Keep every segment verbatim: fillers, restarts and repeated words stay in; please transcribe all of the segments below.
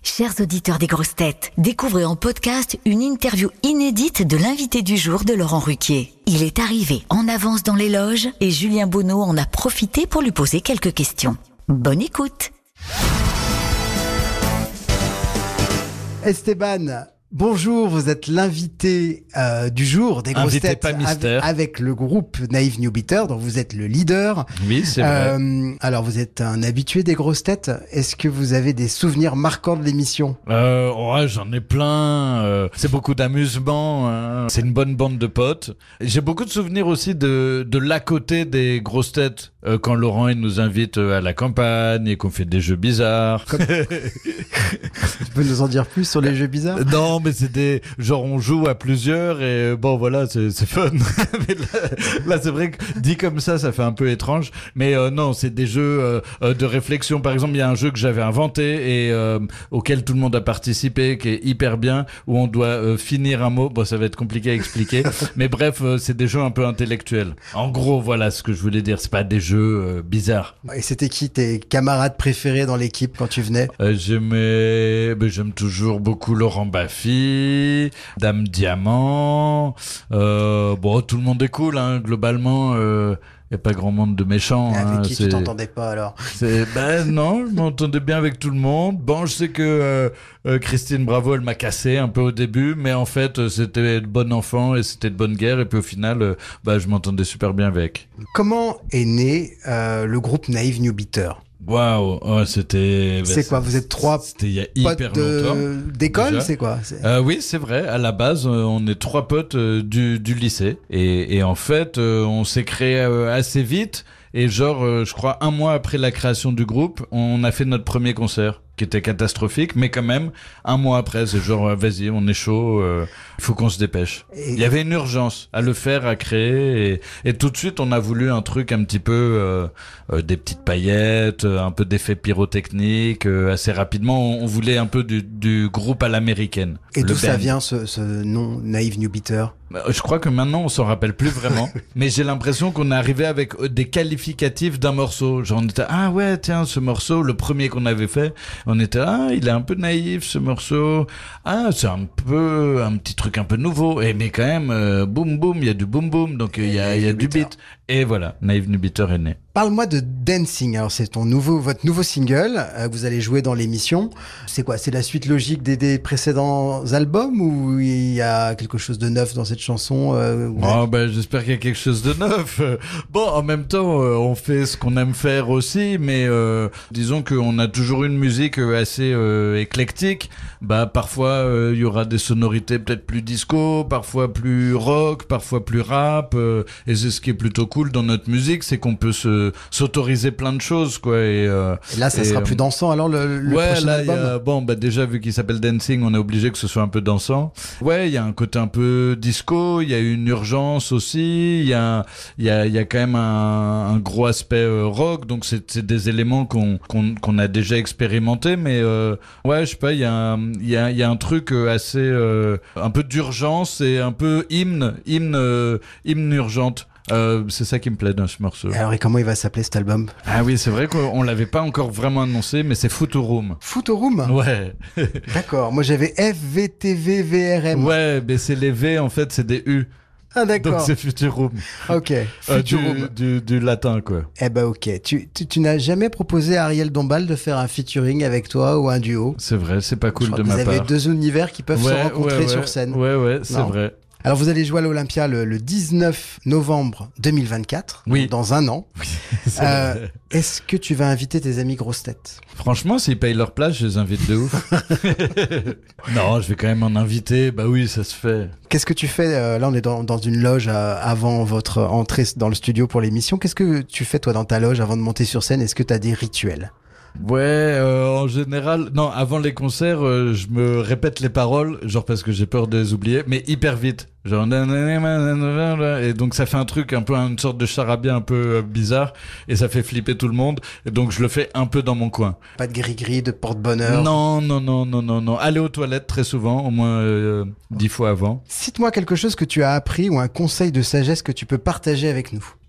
Chers auditeurs des grosses têtes, découvrez en podcast une interview inédite de l'invité du jour de Laurent Ruquier. Il est arrivé en avance dans les loges et Julien Bonneau en a profité pour lui poser quelques questions. Bonne écoute. Esteban, bonjour, vous êtes l'invité euh, du jour des grosses Invité têtes pas mystère. avec, avec le groupe Naive New Beater, dont vous êtes le leader. Oui, c'est vrai. Euh, alors, vous êtes un habitué des grosses têtes. Est-ce que vous avez des souvenirs marquants de l'émission ? Euh, ouais, j'en ai plein. Euh, c'est beaucoup d'amusement. Hein. C'est une bonne bande de potes. J'ai beaucoup de souvenirs aussi de de l'à côté des grosses têtes. Euh, quand Laurent il nous invite à la campagne et qu'on fait des jeux bizarres. Comme... Tu peux nous en dire plus sur les jeux bizarres ? Non, mais c'est des genre on joue à plusieurs et bon voilà, c'est c'est fun. Mais là, là c'est vrai que dit comme ça, ça fait un peu étrange. Mais euh, non, c'est des jeux euh, de réflexion. Par exemple, il y a un jeu que j'avais inventé et euh, auquel tout le monde a participé, qui est hyper bien, où on doit euh, finir un mot. Bon, ça va être compliqué à expliquer. Mais bref, euh, c'est des jeux un peu intellectuels. En gros, voilà ce que je voulais dire. C'est pas des jeux euh, bizarres. Et c'était qui tes camarades préférés dans l'équipe quand tu venais ? euh, J'aimais, ben, j'aime toujours beaucoup Laurent Baffy, Dame Diamant. Euh, bon, tout le monde est cool, hein, globalement. Euh, y a pas grand monde de méchants. Avec hein, qui c'est... tu t'entendais pas alors ? C'est... Ben non, je m'entendais bien avec tout le monde. Bon, je sais que euh, euh, Christine Bravo, elle m'a cassé un peu au début, mais en fait, euh, c'était de bon enfant et c'était de bonne guerre. Et puis au final, euh, bah, je m'entendais super bien avec. Comment est né euh, le groupe Naive New Beater ? Waouh, oh, c'était... C'est bah, quoi, vous êtes trois C'était il y a potes hyper de... longtemps. d'école, déjà. c'est quoi c'est... Euh, oui, c'est vrai. À la base, euh, on est trois potes euh, du, du lycée. Et, et en fait, euh, on s'est créé euh, assez vite. Et genre, euh, je crois, un mois après la création du groupe, on a fait notre premier concert, qui était catastrophique. Mais quand même, un mois après, c'est genre, euh, vas-y, on est chaud, il euh, faut qu'on se dépêche. Il Et... y avait une urgence à le faire, à créer. Et, et tout de suite, on a voulu un truc un petit peu... Euh, euh, des petites paillettes, un peu d'effets pyrotechniques. Euh, assez rapidement, on, on voulait un peu du, du groupe à l'américaine. Et d'où band. ça vient ce, ce nom Naive New Beater ? Je crois que maintenant on s'en rappelle plus vraiment, mais j'ai l'impression qu'on est arrivé avec des qualificatifs d'un morceau. Genre on était ah ouais tiens ce morceau, le premier qu'on avait fait, on était ah il est un peu naïf ce morceau, ah c'est un peu un petit truc un peu nouveau, et mais quand même euh, boum boum il y a du boum boum donc il y a il y a du beat et voilà Naive New Beater est né. Parle-moi de Dancing. Alors c'est ton nouveau votre nouveau single euh, que vous allez jouer dans l'émission. C'est quoi ? C'est la suite logique des, des précédents albums ou il y a quelque chose de neuf dans cette chanson euh, Oh, ben, j'espère qu'il y a quelque chose de neuf. Bon, en même temps, euh, on fait ce qu'on aime faire aussi, mais euh, disons qu'on a toujours une musique assez euh, éclectique. Bah, parfois, il euh, y aura des sonorités peut-être plus disco, parfois plus rock, parfois plus rap. Euh, et c'est ce qui est plutôt cool dans notre musique, c'est qu'on peut se s'autoriser plein de choses, quoi. Et, euh, et là, ça et, sera euh, plus dansant. Alors le, le ouais, prochain là, album. y a, bon, bah déjà vu qu'il s'appelle Dancing, on est obligé que ce soit un peu dansant. Ouais, il y a un côté un peu disco, il y a une urgence aussi, il y a, il y a, il y a quand même un, un gros aspect euh, rock, donc c'est, c'est des éléments qu'on, qu'on, qu'on a déjà expérimenté, mais euh, ouais, je sais pas, il y a, il y a, il y a un truc assez, euh, un peu d'urgence et un peu hymne, hymne, euh, hymne urgente. Euh, c'est ça qui me plaît dans ce morceau. Et alors, et comment il va s'appeler cet album ? Ah oui, c'est vrai qu'on l'avait pas encore vraiment annoncé, mais c'est Futurum. Futurum ? Ouais. D'accord. Moi, j'avais F V T V V R M. Ouais, mais c'est les V, en fait, c'est des U. Ah, d'accord. Donc c'est Futurum. Ok. Euh, Futurum. du, du, du latin, quoi. Eh ben, ok. Tu, tu, tu n'as jamais proposé à Ariel Dombal de faire un featuring avec toi ou un duo ? C'est vrai, c'est pas cool Je crois de que ma vous part. avez deux univers qui peuvent ouais, se rencontrer ouais, ouais. sur scène. Ouais, ouais, c'est Non. vrai. Alors, vous allez jouer à l'Olympia le, le dix-neuf novembre deux mille vingt-quatre. Oui. Donc dans un an. C'est Euh, vrai. est-ce que tu vas inviter tes amis grosses têtes ? Franchement, s'ils payent leur place, je les invite de ouf. Non, je vais quand même en inviter. Bah oui, ça se fait. Qu'est-ce que tu fais euh, Là, on est dans, dans une loge euh, avant votre entrée dans le studio pour l'émission. Qu'est-ce que tu fais, toi, dans ta loge avant de monter sur scène ? Est-ce que tu as des rituels ? Ouais, euh, en général, non, avant les concerts, euh, je me répète les paroles, genre parce que j'ai peur de les oublier, mais hyper vite. Genre, et donc ça fait un truc un peu, une sorte de charabia un peu euh, bizarre, et ça fait flipper tout le monde, et donc je le fais un peu dans mon coin. Pas de gris-gris, de porte-bonheur. Non, non, non, non, non, non. Aller aux toilettes très souvent, au moins euh, dix fois avant. Cite-moi quelque chose que tu as appris ou un conseil de sagesse que tu peux partager avec nous.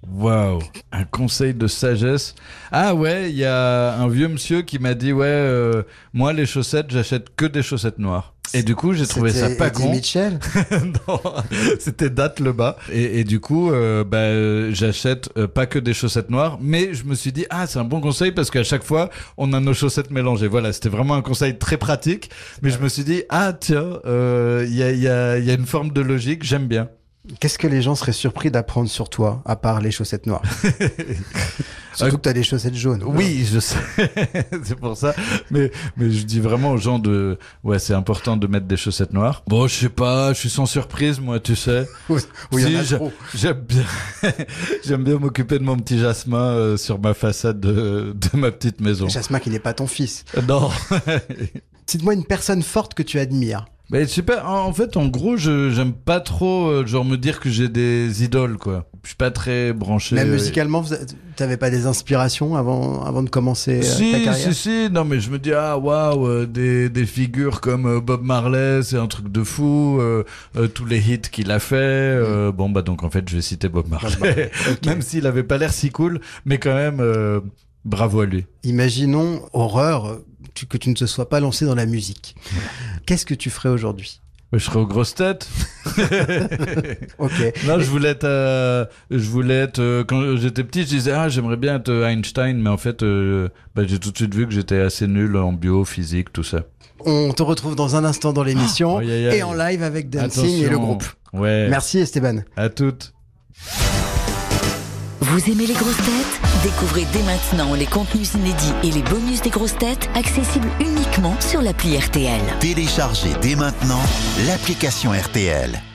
Waouh, un conseil de sagesse. Ah ouais, il y a un vieux monsieur qui m'a dit ouais, euh, moi les chaussettes, j'achète que des chaussettes noires. Et du coup, j'ai trouvé ça pas Eddie con. Mitchell. Non, c'était date le bas. Et, et du coup, euh, bah, euh, j'achète euh, pas que des chaussettes noires, mais je me suis dit ah c'est un bon conseil parce qu'à chaque fois on a nos chaussettes mélangées. Voilà, c'était vraiment un conseil très pratique. Mais je me suis dit ah tiens, il euh, y a il y a il y a une forme de logique, j'aime bien. Qu'est-ce que les gens seraient surpris d'apprendre sur toi, à part les chaussettes noires? Surtout que t'as des chaussettes jaunes. Oui, je sais. C'est pour ça. Mais, mais je dis vraiment aux gens de, ouais, c'est important de mettre des chaussettes noires. Bon, je sais pas, je suis sans surprise, moi, tu sais. Oui, il y en a Si, trop. j'aime bien, j'aime bien m'occuper de mon petit Jasmin euh, sur ma façade de, de ma petite maison. Jasmin qui n'est pas ton fils. Euh, Non. Cite-moi une personne forte que tu admires. Mais je sais pas, en en fait, en gros, je, j'aime pas trop, euh, genre, me dire que j'ai des idoles, quoi. Je suis pas très branché. Même euh, musicalement, vous avez- t'avais pas des inspirations avant, avant de commencer euh, ta Si, carrière? si, si, non mais je me dis, ah waouh, euh, des, des figures comme euh, Bob Marley, c'est un truc de fou, euh, euh, tous les hits qu'il a fait, euh, bon bah donc en fait je vais citer Bob Marley, Bob Marley, ok. même s'il avait pas l'air si cool, mais quand même, euh, bravo à lui. Imaginons, horreur, tu- que tu ne te sois pas lancé dans la musique. Qu'est-ce que tu ferais aujourd'hui? Je serais aux grosses têtes. Ok. Non, je voulais être, euh, je voulais être, euh, quand j'étais petit, je disais, ah, j'aimerais bien être Einstein, mais en fait, euh, bah, j'ai tout de suite vu que j'étais assez nul en bio, physique, tout ça. On te retrouve dans un instant dans l'émission Aïe, aïe, aïe. et en live avec Dancing Attention. et le groupe. Ouais. Merci Esteban. À toutes. Vous aimez les grosses têtes? Découvrez dès maintenant les contenus inédits et les bonus des grosses têtes accessibles uniquement sur l'appli R T L. Téléchargez dès maintenant l'application R T L.